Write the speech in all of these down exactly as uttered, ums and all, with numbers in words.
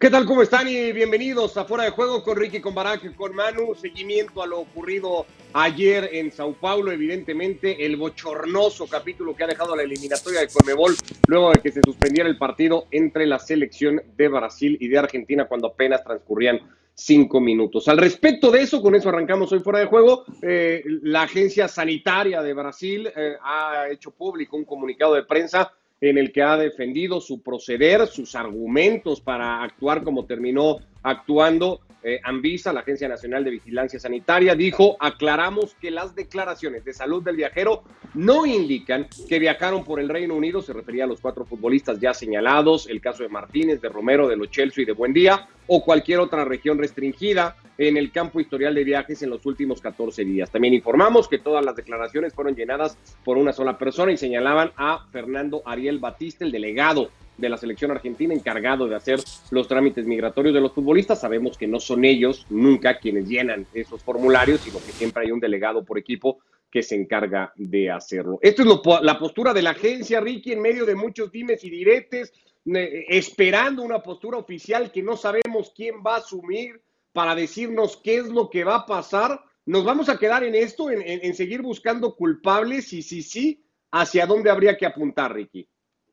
¿Qué tal? ¿Cómo están? Y bienvenidos a Fuera de Juego con Ricky, con Barak, con Manu. Seguimiento a lo ocurrido ayer en Sao Paulo, evidentemente el bochornoso capítulo que ha dejado la eliminatoria de Conmebol luego de que se suspendiera el partido entre la selección de Brasil y de Argentina cuando apenas transcurrían cinco minutos. Al respecto de eso, con eso arrancamos hoy Fuera de Juego. Eh, la Agencia Sanitaria de Brasil eh, ha hecho público un comunicado de prensa en el que ha defendido su proceder, sus argumentos para actuar como terminó actuando. Eh, Anvisa, la Agencia Nacional de Vigilancia Sanitaria, dijo: aclaramos que las declaraciones de salud del viajero no indican que viajaron por el Reino Unido. Se refería a los cuatro futbolistas ya señalados, el caso de Martínez, de Romero, de Lo Celso y de Buendía, o cualquier otra región restringida en el campo historial de viajes en los últimos catorce días. También informamos que todas las declaraciones fueron llenadas por una sola persona y señalaban a Fernando Ariel Batista, el delegado de la selección argentina encargado de hacer los trámites migratorios de los futbolistas. Sabemos que no son ellos nunca quienes llenan esos formularios, sino que siempre hay un delegado por equipo que se encarga de hacerlo. Esto es lo, la postura de la agencia, Ricky, en medio de muchos dimes y diretes, eh, esperando una postura oficial que no sabemos quién va a asumir para decirnos qué es lo que va a pasar. ¿Nos vamos a quedar en esto, en, en, en seguir buscando culpables? Y si sí, ¿hacia dónde habría que apuntar, Ricky?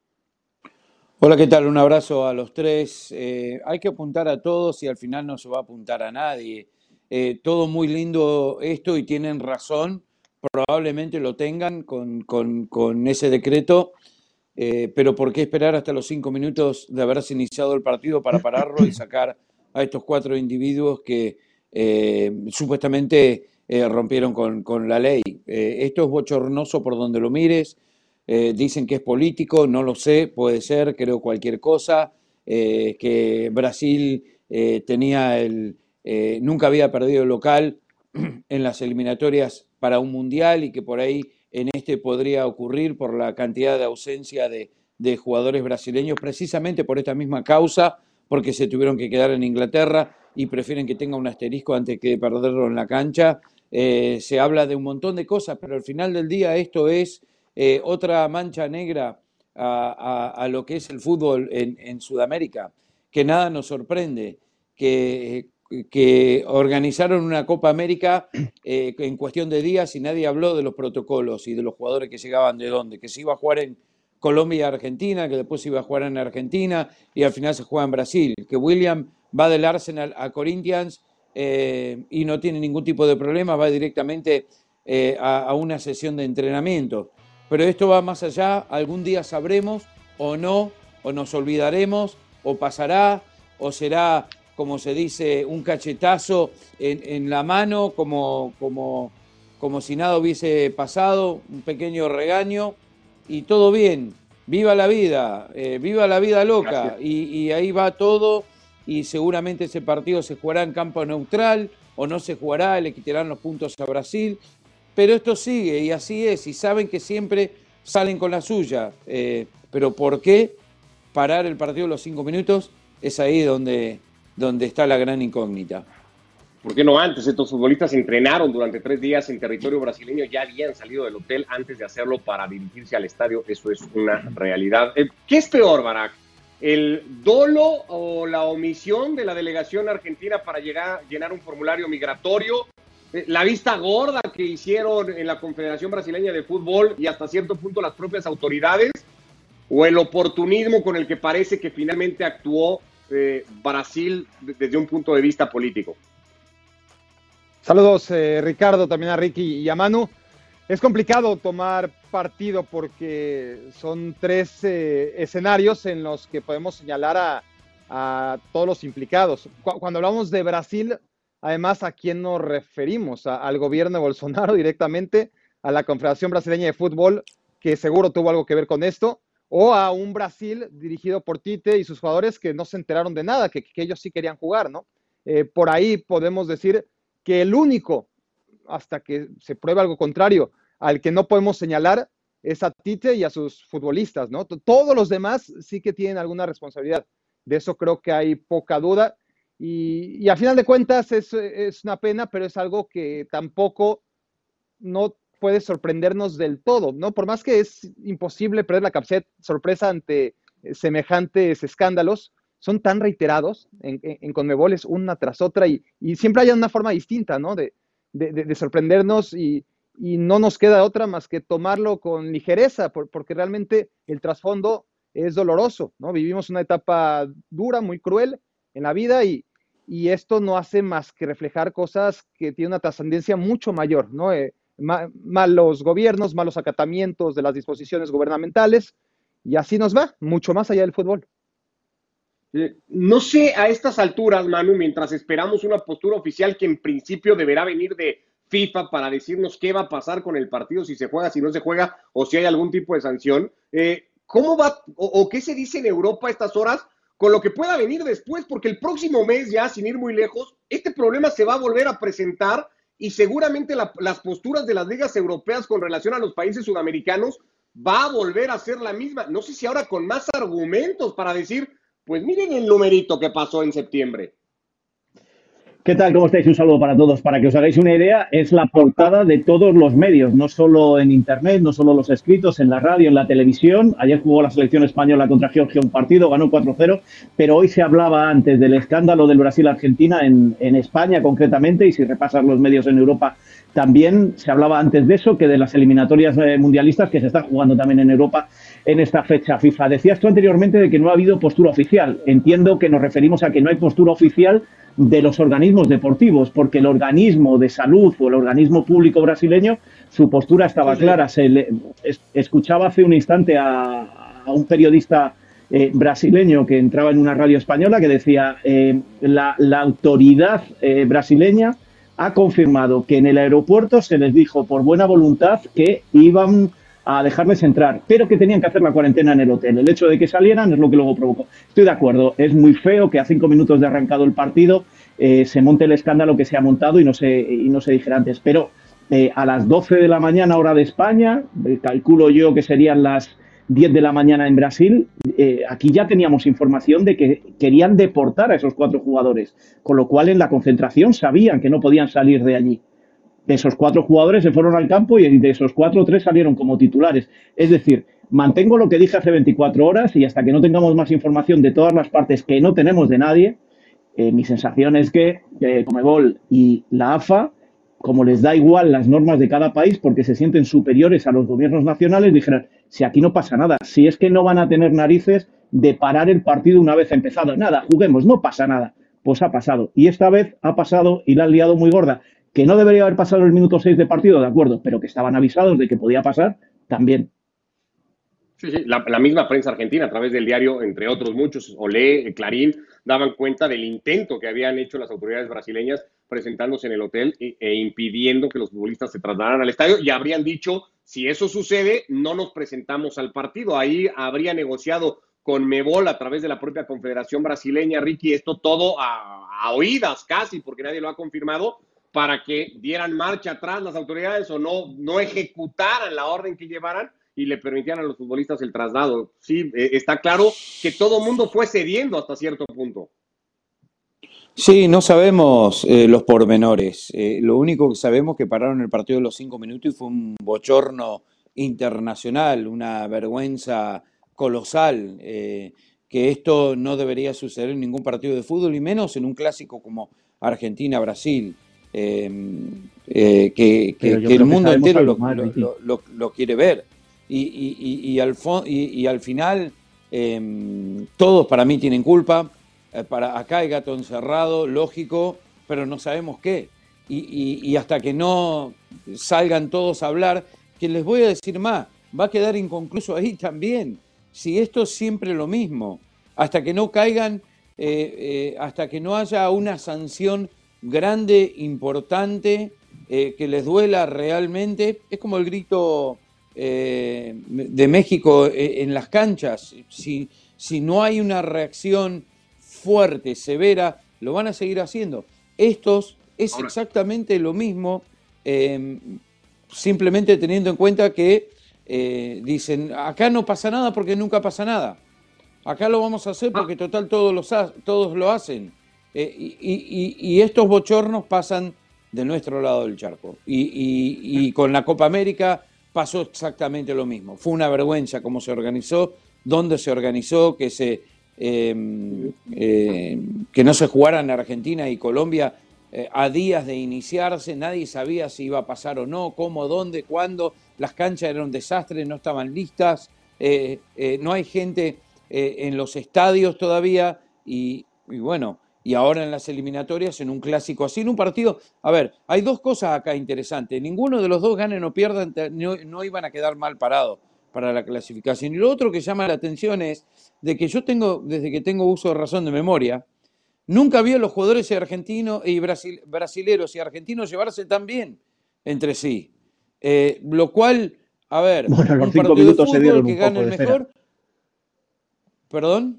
Hola, ¿qué tal? Un abrazo a los tres. Eh, hay que apuntar a todos y al final no se va a apuntar a nadie. Eh, todo muy lindo esto y tienen razón, probablemente lo tengan con, con, con ese decreto, eh, pero ¿por qué esperar hasta los cinco minutos de haberse iniciado el partido para pararlo y sacar a estos cuatro individuos que eh, supuestamente eh, rompieron con, con la ley? Eh, esto es bochornoso por donde lo mires. Eh, dicen que es político, no lo sé, puede ser, creo cualquier cosa, eh, que Brasil eh, tenía el, eh, nunca había perdido el local en las eliminatorias para un mundial y que por ahí en este podría ocurrir por la cantidad de ausencia de, de jugadores brasileños, precisamente por esta misma causa, porque se tuvieron que quedar en Inglaterra y prefieren que tenga un asterisco antes que perderlo en la cancha. Eh, se habla de un montón de cosas, pero al final del día esto es Eh, otra mancha negra a, a, a lo que es el fútbol en, en Sudamérica, que nada nos sorprende, que, que organizaron una Copa América eh, en cuestión de días y nadie habló de los protocolos y de los jugadores que llegaban de dónde, que se iba a jugar en Colombia y Argentina, que después se iba a jugar en Argentina y al final se juega en Brasil, que William va del Arsenal a Corinthians eh, y no tiene ningún tipo de problema, va directamente eh, a, a una sesión de entrenamiento. Pero esto va más allá, algún día sabremos o no, o nos olvidaremos, o pasará, o será, como se dice, un cachetazo en, en la mano, como, como, como si nada hubiese pasado, un pequeño regaño, y todo bien, viva la vida, eh, viva la vida loca, y, y ahí va todo, y seguramente ese partido se jugará en campo neutral, o no se jugará, le quitarán los puntos a Brasil. Pero esto sigue y así es, y saben que siempre salen con la suya. Eh, pero ¿por qué parar el partido los cinco minutos? Es ahí donde, donde está la gran incógnita. ¿Por qué no antes? Estos futbolistas entrenaron durante tres días en territorio brasileño, ya habían salido del hotel antes de hacerlo para dirigirse al estadio. Eso es una realidad. ¿Qué es peor, Barak? ¿El dolo o la omisión de la delegación argentina para llegar, llenar un formulario migratorio? La vista gorda que hicieron en la Confederación Brasileña de Fútbol y hasta cierto punto las propias autoridades, o el oportunismo con el que parece que finalmente actuó eh, Brasil desde un punto de vista político. Saludos, eh, Ricardo, también a Ricky y a Manu. Es complicado tomar partido porque son tres eh, escenarios en los que podemos señalar a, a todos los implicados. Cuando hablamos de Brasil, además, ¿a quién nos referimos? A, al gobierno de Bolsonaro directamente, a la Confederación Brasileña de Fútbol, que seguro tuvo algo que ver con esto, o a un Brasil dirigido por Tite y sus jugadores que no se enteraron de nada, que, que ellos sí querían jugar, ¿no? Eh, por ahí podemos decir que el único, hasta que se pruebe algo contrario, al que no podemos señalar es a Tite y a sus futbolistas, ¿no? Todos los demás sí que tienen alguna responsabilidad. De eso creo que hay poca duda. Y, y a final de cuentas es, es una pena, pero es algo que tampoco no puede sorprendernos del todo, ¿no? Por más que es imposible perder la capacidad de sorpresa ante semejantes escándalos, son tan reiterados en, en, en Conmebol, es una tras otra, y, y siempre hay una forma distinta, ¿no? De, de, de, de sorprendernos, y, y no nos queda otra más que tomarlo con ligereza, por, porque realmente el trasfondo es doloroso, ¿no? Vivimos una etapa dura, muy cruel en la vida, y, y esto no hace más que reflejar cosas que tienen una trascendencia mucho mayor, ¿no? Eh, ma, malos gobiernos, malos acatamientos de las disposiciones gubernamentales, y así nos va, mucho más allá del fútbol. Eh, no sé a estas alturas, Manu, mientras esperamos una postura oficial que en principio deberá venir de FIFA para decirnos qué va a pasar con el partido, si se juega, si no se juega, o si hay algún tipo de sanción, eh, ¿cómo va o, o qué se dice en Europa a estas horas con lo que pueda venir después? Porque el próximo mes, ya sin ir muy lejos, este problema se va a volver a presentar, y seguramente la, las posturas de las ligas europeas con relación a los países sudamericanos va a volver a ser la misma. No sé si ahora con más argumentos para decir, pues miren el numerito que pasó en septiembre. ¿Qué tal? ¿Cómo estáis? Un saludo para todos. Para que os hagáis una idea, es la portada de todos los medios, no solo en internet, no solo los escritos, en la radio, en la televisión. Ayer jugó la selección española contra Georgia un partido, ganó cuatro cero, pero hoy se hablaba antes del escándalo del Brasil-Argentina en, en España concretamente, y si repasas los medios en Europa también se hablaba antes de eso que de las eliminatorias mundialistas que se están jugando también en Europa en esta fecha FIFA. Decías tú anteriormente de que no ha habido postura oficial. Entiendo que nos referimos a que no hay postura oficial de los organismos deportivos, porque el organismo de salud o el organismo público brasileño, su postura estaba clara. Se le, es, escuchaba hace un instante a, a un periodista eh, brasileño que entraba en una radio española que decía eh, la, la autoridad eh, brasileña ha confirmado que en el aeropuerto se les dijo por buena voluntad que iban a dejarles entrar, pero que tenían que hacer la cuarentena en el hotel. El hecho de que salieran es lo que luego provocó. Estoy de acuerdo, es muy feo que a cinco minutos de arrancado el partido eh, se monte el escándalo que se ha montado y no se, y no se dijera antes, pero eh, a las doce de la mañana hora de España, eh, calculo yo que serían las diez de la mañana en Brasil, eh, aquí ya teníamos información de que querían deportar a esos cuatro jugadores, con lo cual en la concentración sabían que no podían salir de allí. De esos cuatro jugadores se fueron al campo y de esos cuatro, tres salieron como titulares. Es decir, mantengo lo que dije hace veinticuatro horas, y hasta que no tengamos más información de todas las partes, que no tenemos de nadie, eh, mi sensación es que eh, Conmebol y la A F A, como les da igual las normas de cada país porque se sienten superiores a los gobiernos nacionales, dijeron, si aquí no pasa nada, si es que no van a tener narices de parar el partido una vez empezado, nada, juguemos, no pasa nada. Pues ha pasado. Y esta vez ha pasado y la han liado muy gorda. Que no debería haber pasado el minuto seis de partido, de acuerdo, pero que estaban avisados de que podía pasar, también. Sí, sí, la, la misma prensa argentina, a través del diario, entre otros muchos, Olé, Clarín, daban cuenta del intento que habían hecho las autoridades brasileñas presentándose en el hotel e, e impidiendo que los futbolistas se trasladaran al estadio, y habrían dicho, si eso sucede, no nos presentamos al partido. Ahí habría negociado Conmebol a través de la propia Confederación Brasileña, Ricky, esto todo a, a oídas casi, porque nadie lo ha confirmado, para que dieran marcha atrás las autoridades o no, no ejecutaran la orden que llevaran y le permitieran a los futbolistas el traslado. Sí, eh, está claro que todo el mundo fue cediendo hasta cierto punto. Sí, no sabemos eh, los pormenores. Eh, lo único que sabemos es que pararon el partido de los cinco minutos y fue un bochorno internacional, una vergüenza colosal, eh, que esto no debería suceder en ningún partido de fútbol y menos en un clásico como Argentina-Brasil. Eh, eh, que, que, que el mundo entero lo, mal, lo, lo, lo quiere ver y, y, y, y, al, y, y al final eh, todos para mí tienen culpa. Eh, para acá hay gato encerrado, lógico, pero no sabemos qué y, y, y hasta que no salgan todos a hablar, que les voy a decir más, va a quedar inconcluso ahí también, si esto es siempre lo mismo, hasta que no caigan eh, eh, hasta que no haya una sanción grande, importante, eh, que les duela realmente. Es como el grito eh, de México en las canchas. Si, si no hay una reacción fuerte, severa, lo van a seguir haciendo. Estos es Ahora. exactamente lo mismo, eh, simplemente teniendo en cuenta que eh, dicen, acá no pasa nada porque nunca pasa nada. Acá lo vamos a hacer porque total todos, los ha- todos lo hacen. Eh, y, y, y estos bochornos pasan de nuestro lado del charco. Y, y, y con la Copa América pasó exactamente lo mismo. Fue una vergüenza cómo se organizó, dónde se organizó, que se eh, eh, que no se jugaran Argentina y Colombia eh, a días de iniciarse, nadie sabía si iba a pasar o no, cómo, dónde, cuándo, las canchas eran un desastre, no estaban listas, eh, eh, no hay gente eh, en los estadios todavía y, y bueno, y ahora en las eliminatorias, en un clásico así, en un partido. A ver, hay dos cosas acá interesantes. Ninguno de los dos ganen o pierdan, no, no iban a quedar mal parados para la clasificación. Y lo otro que llama la atención es de que yo tengo, desde que tengo uso de razón de memoria, nunca vi a los jugadores argentinos y brasil, brasileros y argentinos llevarse tan bien entre sí. Eh, lo cual, a ver, bueno, los un cinco partido minutos de fútbol se dieron que un gane poco el de mejor. cera. ¿Perdón?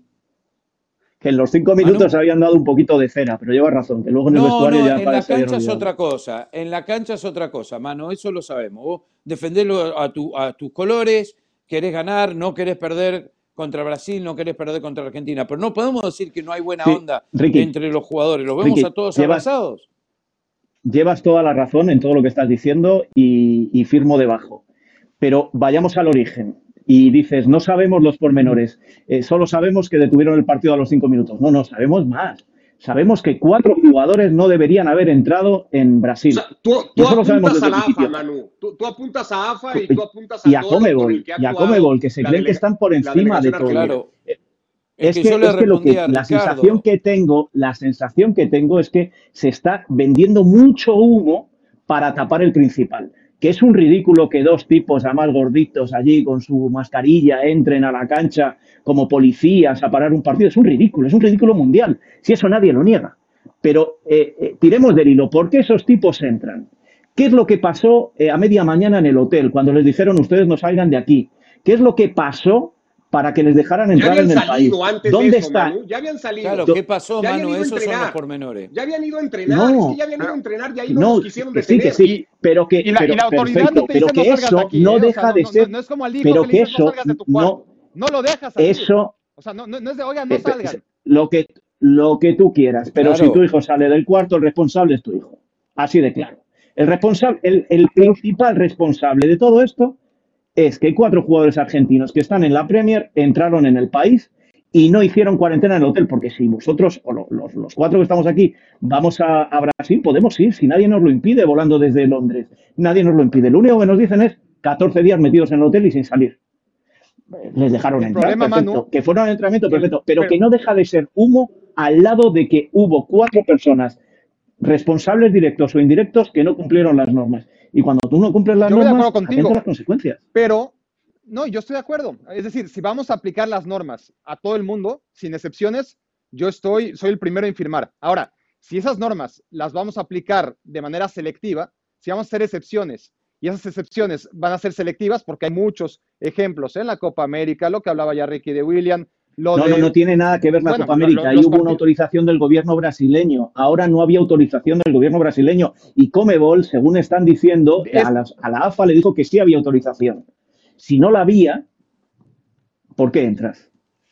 Que en los cinco minutos habían dado un poquito de cera, pero llevas razón, que luego en el No, vestuario no, ya en la parece cancha es otra cosa. En la cancha es otra cosa, mano, eso lo sabemos. Vos defendelo a, tu, a tus colores, querés ganar, no querés perder contra Brasil, no querés perder contra Argentina. Pero no podemos decir que no hay buena Sí, onda Ricky, entre los jugadores. Los vemos Ricky, a todos llevas, abrazados. llevas toda la razón en todo lo que estás diciendo y, y firmo debajo. Pero vayamos al origen. Y dices, no sabemos los pormenores, eh, solo sabemos que detuvieron el partido a los cinco minutos. No, no, sabemos más. Sabemos que cuatro jugadores no deberían haber entrado en Brasil. O sea, tú, tú Eso lo sabemos apuntas desde a el la A F A, principio. Manu. Tú, tú apuntas a A F A y tú apuntas a Y a todo lo por el Comebol, que ha y a actuado Comebol, que se la creen que delega- están por la encima de delegación todo. argentina. Claro. Es Es que, que yo le es que lo que respondía a la Ricardo. sensación que tengo, la sensación que tengo es que se está vendiendo mucho humo para tapar el principal. Que es un ridículo que dos tipos, además gorditos, allí con su mascarilla, entren a la cancha como policías a parar un partido. Es un ridículo, es un ridículo mundial. Si eso nadie lo niega. Pero eh, eh, tiremos del hilo. ¿Por qué esos tipos entran? ¿Qué es lo que pasó eh, a media mañana en el hotel cuando les dijeron ustedes no salgan de aquí? ¿Qué es lo que pasó para que les dejaran Ya entrar habían en el país? salido antes ¿Dónde de eso, están? Manu. Ya habían salido. Claro, Do- ¿qué pasó, Ya habían Manu? ido a Esos son los entrenar. pormenores. Ya habían ido a entrenar. No. Es que ya habían ido a entrenar y ahí no, No, nos quisieron que sí, detener. que sí, pero que Y la, pero, y la autoridad perfecto, no te pero dice no que salgas de eso aquí, no ¿eh? O sea, deja no, de no, ser, no es como al hijo pero que que le dices eso no salgas de tu cuarto. no, No lo dejas salir. eso O sea, no, no, no es de, oigan, no eh, salgan. lo que lo que tú quieras, pero Claro. si tu hijo sale del cuarto, el responsable es tu hijo, así de claro. El responsable, el, el principal responsable de todo esto es que cuatro jugadores argentinos que están en la Premier entraron en el país y no hicieron cuarentena en el hotel, porque si vosotros, o lo- los, los cuatro que estamos aquí, vamos a, a Brasil, podemos ir, si nadie nos lo impide, volando desde Londres. Nadie nos lo impide. Lo único que nos dicen es catorce días metidos en el hotel y sin salir. Les dejaron El entrar, problema, perfecto. Manu, Que fueron al entrenamiento, el- perfecto. Pero pero- que no deja de ser humo al lado de que hubo cuatro personas responsables directos o indirectos que no cumplieron las normas. Y cuando tú no cumples las Yo voy de normas, acuerdo contigo. atentas a las consecuencias. Pero, no, yo estoy de acuerdo. Es decir, si vamos a aplicar las normas a todo el mundo, sin excepciones, yo estoy, soy el primero en firmar. Ahora, si esas normas las vamos a aplicar de manera selectiva, si vamos a hacer excepciones, y esas excepciones van a ser selectivas, porque hay muchos ejemplos en la Copa América, lo que hablaba ya Ricky de William, lo No, de... no, no tiene nada que ver la Bueno, Copa lo- América. lo- Ahí los hubo una partidos- autorización del gobierno brasileño. Ahora no había autorización del gobierno brasileño. Y Comebol, según están diciendo, Es- a, las- a la A F A le dijo que sí había autorización. Si no la había, ¿por qué entras?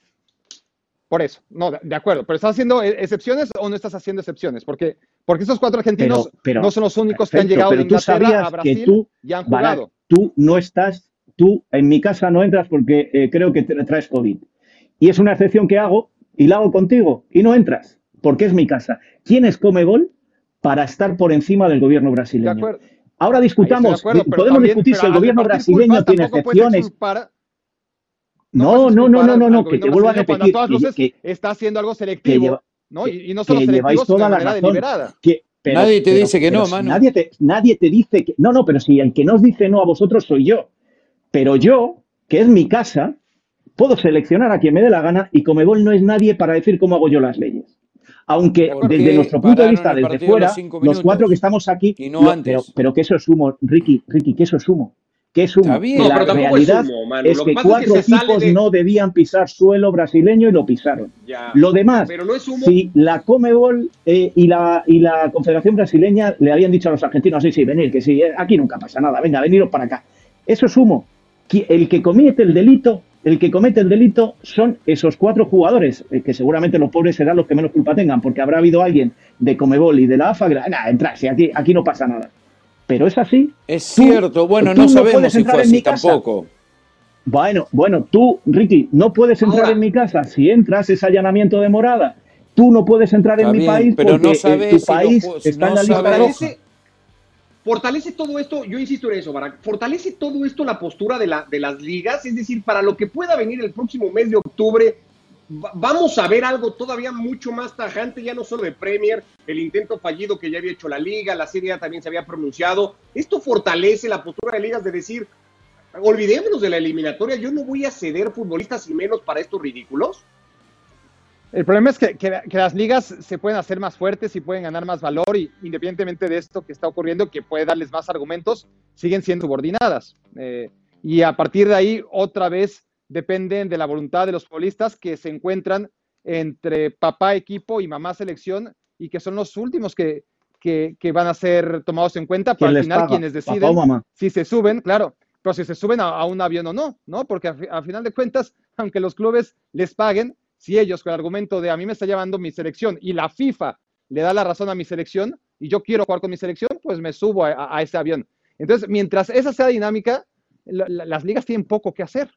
Por eso, no, de, de acuerdo. ¿Pero estás haciendo eh, excepciones o no estás haciendo excepciones? Porque, porque esos cuatro argentinos Pero- pero- no son los únicos que han Perfecto, llegado de pero tú Inglaterra sabías a Brasil que tú, y han Barak, jugado. tú no estás, tú en mi casa no entras porque eh, creo que te traes COVID. Y es una excepción que hago y la hago contigo y no entras porque es mi casa. ¿Quién es Comebol para estar por encima del gobierno De brasileño? acuerdo. Ahora Ahí estoy de discutamos, acuerdo, pero podemos también- discutir pero si el al gobierno repartir brasileño culpas tiene tampoco puedes excepciones. exculpar- No, puedes no, no, exculpar no, al- no, al no, que gobierno te vuelvo a brasileño cuando repetir todas que, luces que- está haciendo algo que selectivo, lleva- ¿no? que- Y, y no solo que lleváis selectivo, sino toda de la manera razón. deliberada. Que- pero- Nadie te pero- dice que pero no, si Manu. Nadie te, nadie te dice que... No, no, pero si el que nos dice no a vosotros soy yo. Pero yo, que es mi casa, puedo seleccionar a quien me dé la gana y Comebol no es nadie para decir cómo hago yo las leyes. Aunque ¿Por qué desde nuestro punto de pararon vista, el desde partido a fuera, los cinco los minutos cuatro que estamos aquí... y no lo- antes? pero, pero que eso es humo, Ricky, Ricky, que eso es humo. Que es humo. Está bien. Que No, la pero tampoco es realidad humo, Manu. es Lo que que pasa es que cuatro se sale tipos de- no debían pisar suelo brasileño y lo pisaron. Ya. Lo demás, Pero no es humo. si la Comebol eh, y, la, y la Confederación Brasileña le habían dicho a los argentinos, sí, sí, venid, que sí, eh, aquí nunca pasa nada, venga, veniros para acá. Eso es humo. Qui- El que comete el delito, el que comete el delito son esos cuatro jugadores, eh, que seguramente los pobres serán los que menos culpa tengan, porque habrá habido alguien de Comebol y de la A F A que, nada, entrad, si aquí, aquí no pasa nada. Pero es así. Es Tú- cierto, bueno, tú no no sabemos puedes si entrar fue en mi así casa. tampoco. Bueno, bueno, tú, Ricky, no puedes entrar Ahora, en mi casa. Si entras es allanamiento de morada. Tú no puedes entrar Está en mi bien, país pero porque no eh, sabés tu si los país juegos, está no en la lista sabés. roja. fortalece, fortalece todo esto, yo insisto en eso, Barak, fortalece todo esto la postura de, la, de las ligas, es decir, para lo que pueda venir el próximo mes de octubre, va, vamos a ver algo todavía mucho más tajante, ya no solo de Premier, el intento fallido que ya había hecho la liga, la Serie A también se había pronunciado. Esto fortalece la postura de ligas de decir, olvidémonos de la eliminatoria, yo no voy a ceder futbolistas y menos para estos ridículos. El problema es que, que, que las ligas se pueden hacer más fuertes y pueden ganar más valor, y independientemente de esto que está ocurriendo, que puede darles más argumentos, siguen siendo subordinadas. Eh, y a partir de ahí, otra vez, dependen de la voluntad de los futbolistas que se encuentran entre papá equipo y mamá selección, y que son los últimos que, que, que van a ser tomados en cuenta para al final paga? Quienes deciden papá o mamá. Si se suben, claro, pero si se suben a, a un avión o no, ¿no? Porque a, a final de cuentas, aunque los clubes les paguen, si ellos con el argumento de a mí me está llevando mi selección y la FIFA le da la razón a mi selección y yo quiero jugar con mi selección, pues me subo a, a, a ese avión. Entonces, mientras esa sea dinámica, la, la, las ligas tienen poco que hacer.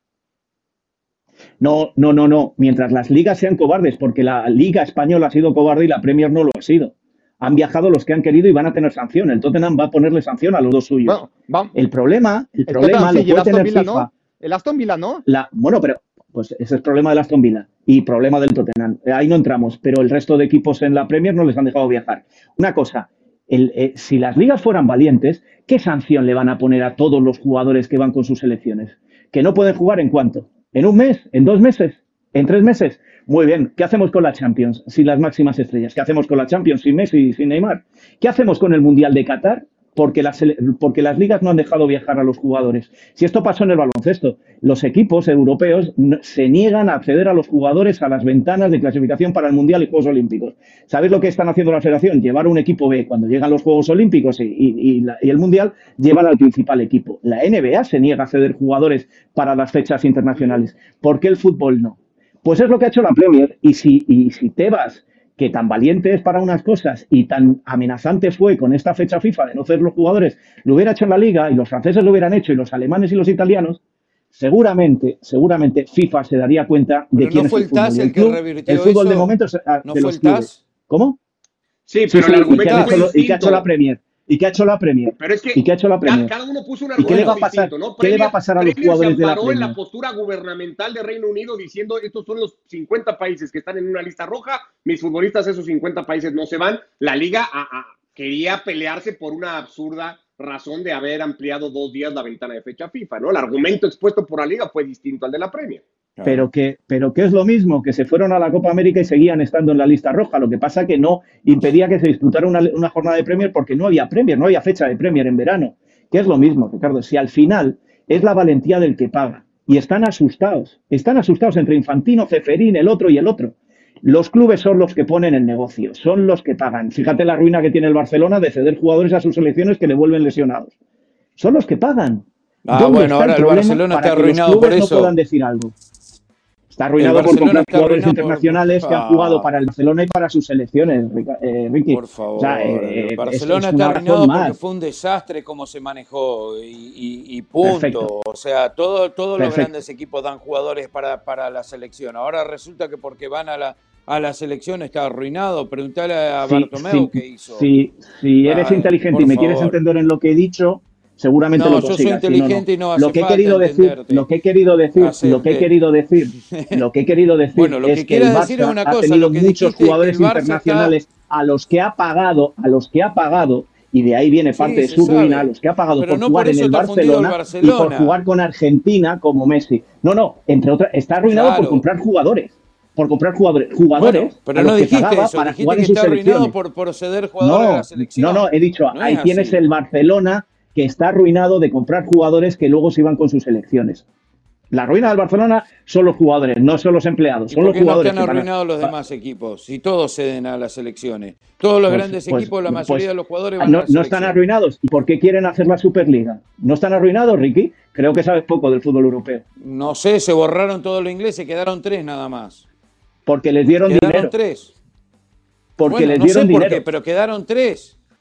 No, no, no, no. Mientras las ligas sean cobardes, porque la Liga Española ha sido cobarde y la Premier no lo ha sido. Han viajado los que han querido y van a tener sanción. El Tottenham va a ponerle sanción a los dos suyos. Bueno, vamos. El problema, el, el problema Tottenham, sí, lo puede tener Villa, FIFA. ¿no? El Aston Villa, ¿no? La, bueno, pero pues ese es el problema del Aston Villa y problema del Tottenham. Ahí no entramos, pero el resto de equipos en la Premier no les han dejado viajar. Una cosa, el, eh, si las ligas fueran valientes, ¿qué sanción le van a poner a todos los jugadores que van con sus selecciones? ¿Que no pueden jugar en cuánto? ¿En un mes? ¿En dos meses? ¿En tres meses? Muy bien, ¿qué hacemos con la Champions sin las máximas estrellas? ¿Qué hacemos con la Champions sin Messi y sin Neymar? ¿Qué hacemos con el Mundial de Qatar? Porque las, porque las ligas no han dejado viajar a los jugadores. Si esto pasó en el baloncesto, los equipos europeos se niegan a acceder a los jugadores a las ventanas de clasificación para el Mundial y Juegos Olímpicos. ¿Sabéis lo que están haciendo la Federación? Llevar un equipo B. Cuando llegan los Juegos Olímpicos y, y, y, la, y el Mundial, llevan al principal equipo. La N B A se niega a ceder jugadores para las fechas internacionales. ¿Por qué el fútbol no? Pues es lo que ha hecho la Premier. Y si, y si Tebas, que tan valiente es para unas cosas y tan amenazante fue con esta fecha FIFA de no ceder los jugadores, lo hubiera hecho en la Liga y los franceses lo hubieran hecho y los alemanes y los italianos, seguramente, seguramente FIFA se daría cuenta de quién no es fue el fútbol. el T A S el, el que revirtió el fútbol eso. de momento es ¿No de fue los el T A S? clubes. ¿Cómo? Sí, pero sí, el sí, argumento ¿y qué, ha fue hecho, distinto. ¿Y qué ha hecho la Premier? ¿Y qué ha hecho la Premier? Pero es que ¿Y qué ha hecho la Premier? Cada uno puso un ¿Y qué le va a pasar? distinto, ¿no? ¿Qué Premier, le va a pasar a Premier los jugadores de la se amparó Premier? en la postura gubernamental de Reino Unido diciendo estos son los cincuenta países que están en una lista roja, mis futbolistas esos cincuenta países no se van. La liga a, a, quería pelearse por una absurda razón de haber ampliado dos días la ventana de fecha FIFA, ¿no? El argumento expuesto por la liga fue distinto al de la Premier. Claro. Pero que, pero que es lo mismo, que se fueron a la Copa América y seguían estando en la lista roja. Lo que pasa que no impedía que se disputara una, una jornada de Premier porque no había Premier, no había fecha de Premier en verano. Que es lo mismo, Ricardo. Si al final es la valentía del que paga y están asustados, están asustados entre Infantino, Ceferín, el otro y el otro. Los clubes son los que ponen el negocio, son los que pagan. Fíjate la ruina que tiene el Barcelona de ceder jugadores a sus selecciones que le vuelven lesionados. Son los que pagan. Ah, bueno, ahora el, el Barcelona está arruinado por eso. No puedan decir algo. Está arruinado por comprar jugadores internacionales por... que han jugado para el Barcelona y para sus selecciones, eh, Ricky. Por favor. O sea, eh, el Barcelona es, es está arruinado porque fue un desastre cómo se manejó y, y, y punto. Perfecto. O sea, todo, todos los grandes equipos dan jugadores para, para la selección. Ahora resulta que porque van a la, a la selección está arruinado. Preguntale a sí, Bartomeu sí, qué hizo. Sí, si eres ah, inteligente y me favor. quieres entender en lo que he dicho, seguramente no, lo consigas. yo soy inteligente si no, no. y no hace lo que he falta querido decir, lo que he querido decir, Hacerte. lo que he querido decir, lo que he querido decir bueno, lo que es que el decir Barça es una ha cosa, tenido lo que muchos jugadores el internacionales está... a los que ha pagado, a los que ha pagado y de ahí viene parte sí, de su sabe. ruina, a los que ha pagado Pero por no jugar por en el Barcelona, el Barcelona y por jugar con Argentina como Messi. No, no, entre otras, está arruinado claro. por comprar jugadores. Por comprar jugadores, jugadores bueno, pero no dijiste eso, para dijiste jugar que en sus está arruinado selecciones. por, por ceder jugadores no, a la selección. No, no, he dicho, no ahí tienes el Barcelona que está arruinado de comprar jugadores que luego se iban con sus selecciones. La ruina del Barcelona son los jugadores, no son los empleados, son los jugadores. ¿Por qué no están arruinados los demás equipos? Si todos ceden a las selecciones. Todos los pues, grandes pues, equipos, la mayoría pues, de los jugadores van no, a la selección. No están arruinados. ¿Y por qué quieren hacer la Superliga? ¿No están arruinados, Ricky? Creo que sabes poco del fútbol europeo. No sé, se borraron todos los ingleses, quedaron tres nada más. Porque les dieron quedaron dinero. tres. Porque bueno, les no dieron sé dinero. por qué, pero quedaron tres.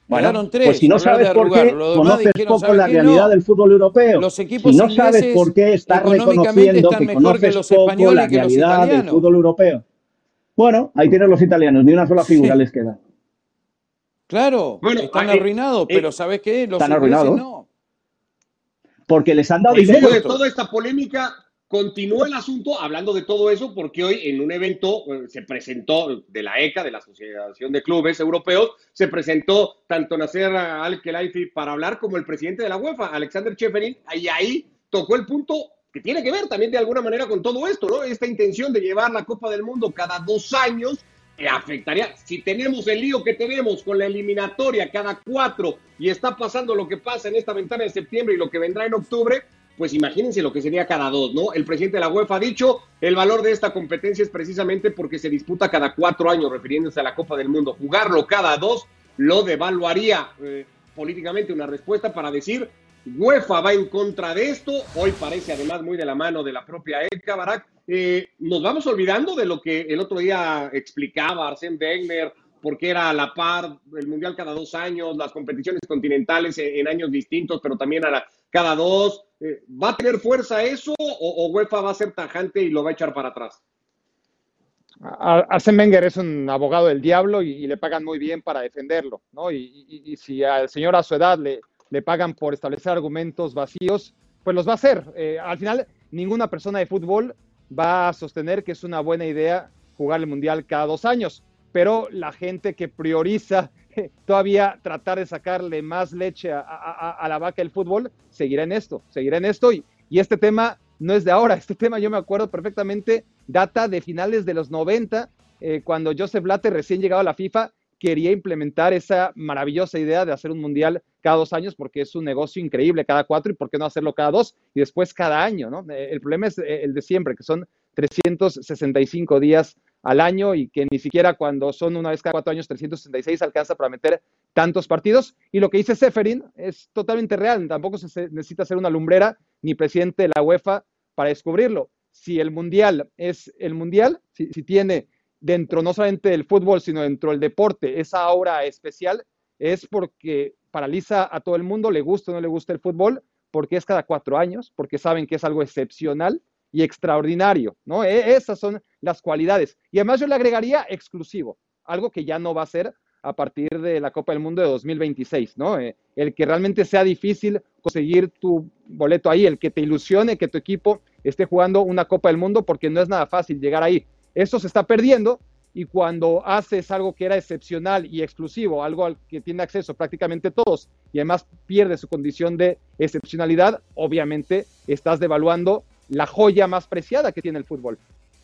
Bueno, Quedaron tres, pues si no sabes por qué, conoces poco la realidad no. del fútbol europeo. Los equipos si no sabes por qué, estás reconociendo que conoces que los poco la realidad del fútbol europeo. Bueno, ahí tienes los italianos, ni una sola figura sí. les queda. Claro, bueno, están eh, arruinados, eh, pero ¿sabes qué? Los están arruinados. No. Porque les han dado pues dinero. De toda esta polémica, continúa el asunto hablando de todo eso, porque hoy en un evento eh, se presentó de la E C A, de la Asociación de Clubes Europeos, se presentó tanto Nasser Al-Khelaifi para hablar como el presidente de la UEFA, Alexander Čeferin, y ahí tocó el punto que tiene que ver también de alguna manera con todo esto, ¿no? Esta intención de llevar la Copa del Mundo cada dos años, que afectaría, si tenemos el lío que tenemos con la eliminatoria cada cuatro y está pasando lo que pasa en esta ventana de septiembre y lo que vendrá en octubre, pues imagínense lo que sería cada dos, ¿no? El presidente de la UEFA ha dicho, el valor de esta competencia es precisamente porque se disputa cada cuatro años, refiriéndose a la Copa del Mundo. Jugarlo cada dos lo devaluaría eh, políticamente, una respuesta para decir, UEFA va en contra de esto, hoy parece además muy de la mano de la propia E C A, Barak. Eh, nos vamos olvidando de lo que el otro día explicaba Arsène Wenger, porque era a la par el Mundial cada dos años, las competiciones continentales en, en años distintos, pero también a la, cada dos. Eh, ¿Va a tener fuerza eso o, o UEFA va a ser tajante y lo va a echar para atrás? Arsène Wenger es un abogado del diablo y, y le pagan muy bien para defenderlo, ¿no? Y, y, y si al señor a su edad le, le pagan por establecer argumentos vacíos, pues los va a hacer. Eh, al final, ninguna persona de fútbol va a sostener que es una buena idea jugar el Mundial cada dos años, pero la gente que prioriza eh, todavía tratar de sacarle más leche a, a, a la vaca del fútbol, seguirá en esto, seguirá en esto, y, y este tema no es de ahora, este tema yo me acuerdo perfectamente, data de finales de los noventa, eh, cuando Joseph Blatter, recién llegado a la FIFA, quería implementar esa maravillosa idea de hacer un mundial cada dos años porque es un negocio increíble cada cuatro y por qué no hacerlo cada dos y después cada año, ¿no? El problema es el de siempre, que son trescientos sesenta y cinco días al año y que ni siquiera cuando son una vez cada cuatro años trescientos sesenta y seis alcanza para meter tantos partidos. Y lo que dice Čeferin es totalmente real, tampoco se necesita ser una lumbrera ni presidente de la UEFA para descubrirlo. Si el mundial es el mundial, si, si tiene dentro no solamente del fútbol, sino dentro del deporte, esa aura especial, es porque paraliza a todo el mundo, le gusta o no le gusta el fútbol, porque es cada cuatro años, porque saben que es algo excepcional y extraordinario, ¿no? E- esas son las cualidades. Y además yo le agregaría exclusivo, algo que ya no va a ser a partir de la Copa del Mundo de dos mil veintiséis, ¿no? Eh, el que realmente sea difícil conseguir tu boleto ahí, el que te ilusione que tu equipo esté jugando una Copa del Mundo, porque no es nada fácil llegar ahí. Esto se está perdiendo y cuando haces algo que era excepcional y exclusivo, algo al que tiene acceso prácticamente todos y además pierde su condición de excepcionalidad, obviamente estás devaluando la joya más preciada que tiene el fútbol.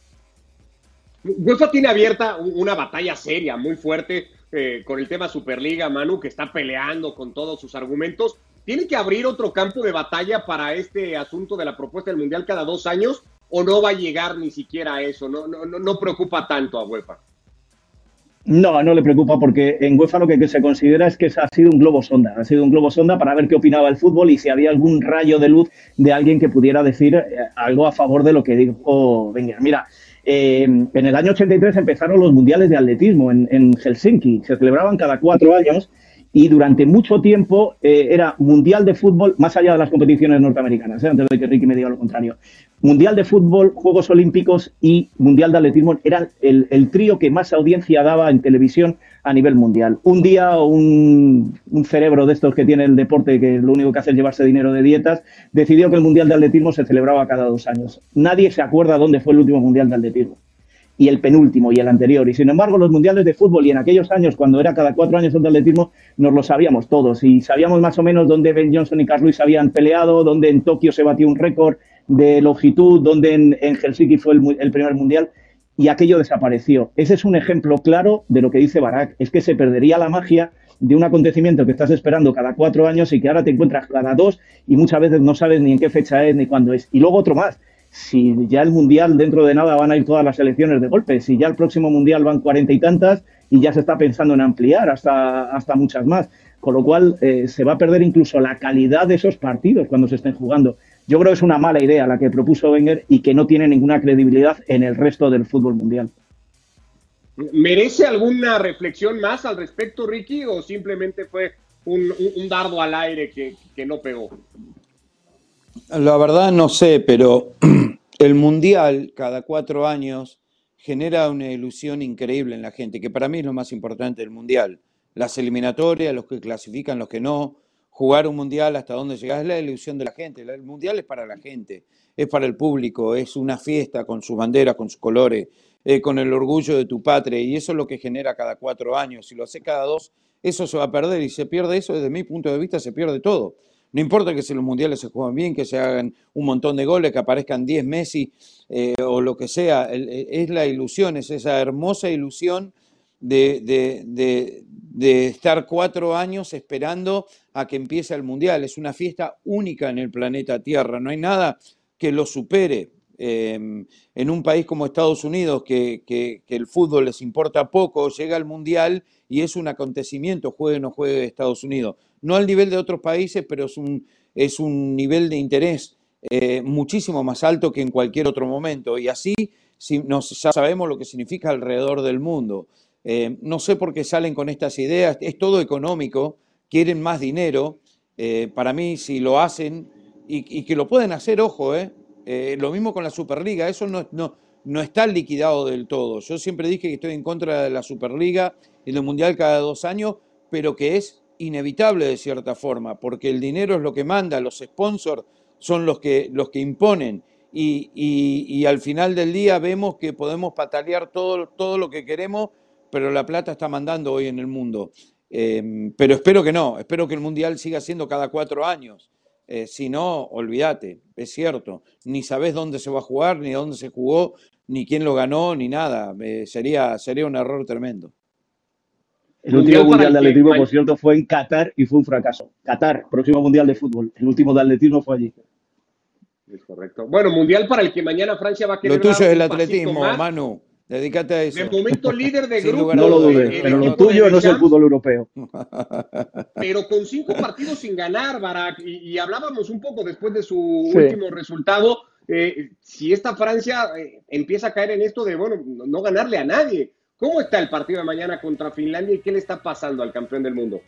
UEFA tiene abierta una batalla seria, muy fuerte, eh, con el tema Superliga, Manu, que está peleando con todos sus argumentos. ¿Tiene que abrir otro campo de batalla para este asunto de la propuesta del Mundial cada dos años? ¿O no va a llegar ni siquiera a eso? ¿No, no, no preocupa tanto a UEFA? No, no le preocupa porque en UEFA lo que se considera es que ha sido un globo sonda. Ha sido un globo sonda para ver qué opinaba el fútbol y si había algún rayo de luz de alguien que pudiera decir algo a favor de lo que dijo Wenger. Mira, eh, en el año ochenta y tres empezaron los mundiales de atletismo en, en Helsinki. Se celebraban cada cuatro años. Y durante mucho tiempo eh, era mundial de fútbol, más allá de las competiciones norteamericanas, ¿eh? Antes de que Ricky me diga lo contrario. Mundial de fútbol, Juegos Olímpicos y Mundial de Atletismo eran el, el trío que más audiencia daba en televisión a nivel mundial. Un día un, un cerebro de estos que tiene el deporte, que lo único que hace es llevarse dinero de dietas, decidió que el Mundial de Atletismo se celebraba cada dos años. Nadie se acuerda dónde fue el último Mundial de Atletismo. Y el penúltimo y el anterior. Y sin embargo, los mundiales de fútbol y en aquellos años, cuando era cada cuatro años el de atletismo, nos lo sabíamos todos. Y sabíamos más o menos dónde Ben Johnson y Carl Lewis habían peleado, dónde en Tokio se batió un récord de longitud, dónde en, en Helsinki fue el, el primer mundial. Y aquello desapareció. Ese es un ejemplo claro de lo que dice Barak. Es que se perdería la magia de un acontecimiento que estás esperando cada cuatro años y que ahora te encuentras cada dos y muchas veces no sabes ni en qué fecha es ni cuándo es. Y luego otro más. Si ya el Mundial dentro de nada van a ir todas las selecciones de golpe, si ya el próximo Mundial van cuarenta y tantas y ya se está pensando en ampliar hasta, hasta muchas más, con lo cual eh, se va a perder incluso la calidad de esos partidos cuando se estén jugando. Yo creo que es una mala idea la que propuso Wenger y que no tiene ninguna credibilidad en el resto del fútbol mundial. ¿Merece alguna reflexión más al respecto, Ricky, o simplemente fue un, un, un dardo al aire que, que no pegó? La verdad no sé, pero el Mundial cada cuatro años genera una ilusión increíble en la gente, que para mí es lo más importante del Mundial. Las eliminatorias, los que clasifican, los que no, jugar un Mundial hasta dónde llegás, es la ilusión de la gente. El Mundial es para la gente, es para el público, es una fiesta con sus banderas, con sus colores, eh, con el orgullo de tu patria, y eso es lo que genera cada cuatro años. Si lo hace cada dos, eso se va a perder, y se pierde eso, desde mi punto de vista se pierde todo. No importa que si los mundiales se juegan bien, que se hagan un montón de goles, que aparezcan diez Messi eh, o lo que sea. El, es la ilusión, es esa hermosa ilusión de, de, de, de estar cuatro años esperando a que empiece el mundial. Es una fiesta única en el planeta Tierra. No hay nada que lo supere. Eh, en un país como Estados Unidos, que, que, que el fútbol les importa poco, llega al mundial y es un acontecimiento, juegue o no juegue Estados Unidos. No al nivel de otros países, pero es un, es un nivel de interés eh, muchísimo más alto que en cualquier otro momento. Y así si nos, ya sabemos lo que significa alrededor del mundo. Eh, no sé por qué salen con estas ideas, es todo económico, quieren más dinero. Eh, para mí, si lo hacen, y, y que lo pueden hacer, ojo, eh, eh, lo mismo con la Superliga, eso no, no, no está liquidado del todo. Yo siempre dije que estoy en contra de la Superliga y del Mundial cada dos años, pero que es inevitable de cierta forma, porque el dinero es lo que manda, los sponsors son los que, los que imponen, y, y, y al final del día vemos que podemos patalear todo, todo lo que queremos, pero la plata está mandando hoy en el mundo. Eh, pero espero que no, espero que el Mundial siga siendo cada cuatro años. Eh, si no, olvídate, es cierto, ni sabés dónde se va a jugar, ni dónde se jugó, ni quién lo ganó, ni nada. Eh, sería, sería un error tremendo. El último mundial de atletismo, por cierto, fue en Qatar y fue un fracaso. Qatar, próximo mundial de fútbol. El último de atletismo fue allí. Es correcto. Bueno, mundial para el que mañana Francia va a querer. Lo tuyo es el atletismo, Manu. Dedícate a eso. De momento líder de grupo. No lo dudes, pero lo tuyo no es el fútbol europeo. Pero con cinco partidos sin ganar, Barak, y, y hablábamos un poco después de su sí. último resultado, eh, si esta Francia eh, empieza a caer en esto de, bueno, no, no ganarle a nadie. ¿Cómo está el partido de mañana contra Finlandia y qué le está pasando al campeón del mundo?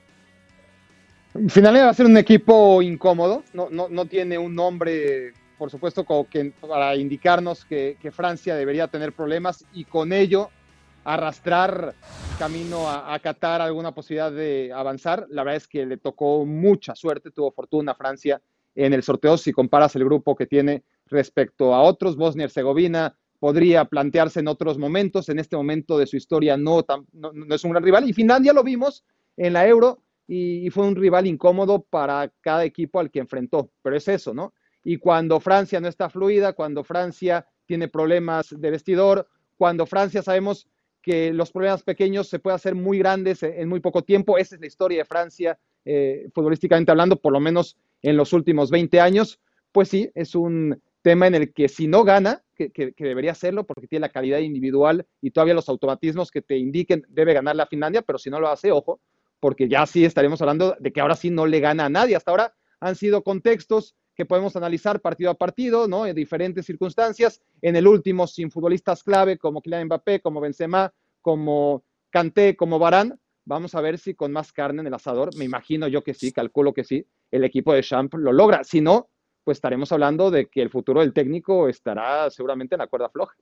Finlandia va a ser un equipo incómodo, no, no, no tiene un nombre, por supuesto, como que para indicarnos que, que Francia debería tener problemas y con ello arrastrar camino a, a Qatar alguna posibilidad de avanzar. La verdad es que le tocó mucha suerte, tuvo fortuna Francia en el sorteo si comparas el grupo que tiene respecto a otros. Bosnia y Herzegovina podría plantearse en otros momentos, en este momento de su historia no, tan, no, no es un gran rival, y Finlandia lo vimos en la Euro y, y fue un rival incómodo para cada equipo al que enfrentó, pero es eso, ¿no? Y cuando Francia no está fluida, cuando Francia tiene problemas de vestidor, cuando Francia sabemos que los problemas pequeños se pueden hacer muy grandes en muy poco tiempo, esa es la historia de Francia, eh, futbolísticamente hablando, por lo menos en los últimos veinte años, pues sí, es un tema en el que si no gana, que, que, que debería hacerlo porque tiene la calidad individual y todavía los automatismos que te indiquen debe ganar la Finlandia, pero si no lo hace, ojo, porque ya sí estaremos hablando de que ahora sí no le gana a nadie. Hasta ahora han sido contextos que podemos analizar partido a partido, ¿no? En diferentes circunstancias. En el último, sin futbolistas clave como Kylian Mbappé, como Benzema, como Kanté, como Varane. Vamos a ver si con más carne en el asador, me imagino yo que sí, calculo que sí, el equipo de Champ lo logra. Si no, pues estaremos hablando de que el futuro del técnico estará seguramente en la cuerda floja.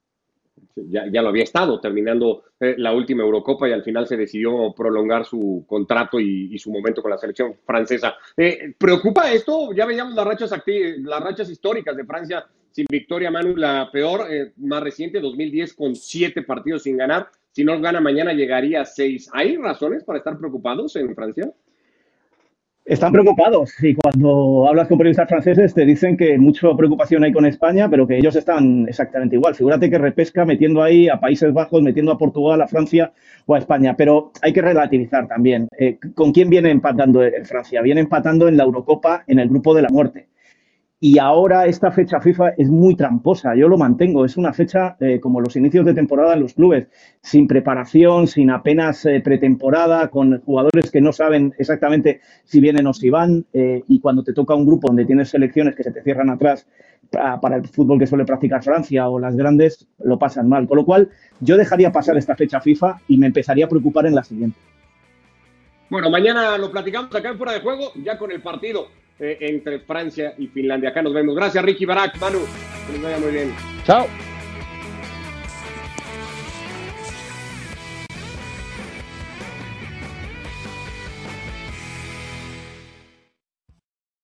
Ya, ya lo había estado terminando eh, la última Eurocopa y al final se decidió prolongar su contrato y, y su momento con la selección francesa. Eh, ¿Preocupa esto? Ya veíamos las rachas, las rachas históricas de Francia sin victoria, Manu, la peor, eh, más reciente, dos mil diez, con siete partidos sin ganar. Si no gana mañana llegaría a seis. ¿Hay razones para estar preocupados en Francia? Están preocupados y cuando hablas con periodistas franceses te dicen que mucha preocupación hay con España, pero que ellos están exactamente igual. Figúrate que repesca metiendo ahí a Países Bajos, metiendo a Portugal, a Francia o a España, pero hay que relativizar también. Eh, ¿Con quién viene empatando en Francia? Viene empatando en la Eurocopa en el grupo de la muerte. Y ahora esta fecha FIFA es muy tramposa, yo lo mantengo, es una fecha eh, como los inicios de temporada en los clubes, sin preparación, sin apenas eh, pretemporada, con jugadores que no saben exactamente si vienen o si van, eh, y cuando te toca un grupo donde tienes selecciones que se te cierran atrás, para el fútbol que suele practicar Francia o las grandes, lo pasan mal. Con lo cual, yo dejaría pasar esta fecha FIFA y me empezaría a preocupar en la siguiente. Bueno, mañana lo platicamos acá en Fuera de Juego, ya con el partido eh, entre Francia y Finlandia. Acá nos vemos. Gracias, Ricky Barak, Manu. Que les vaya muy bien. Chao.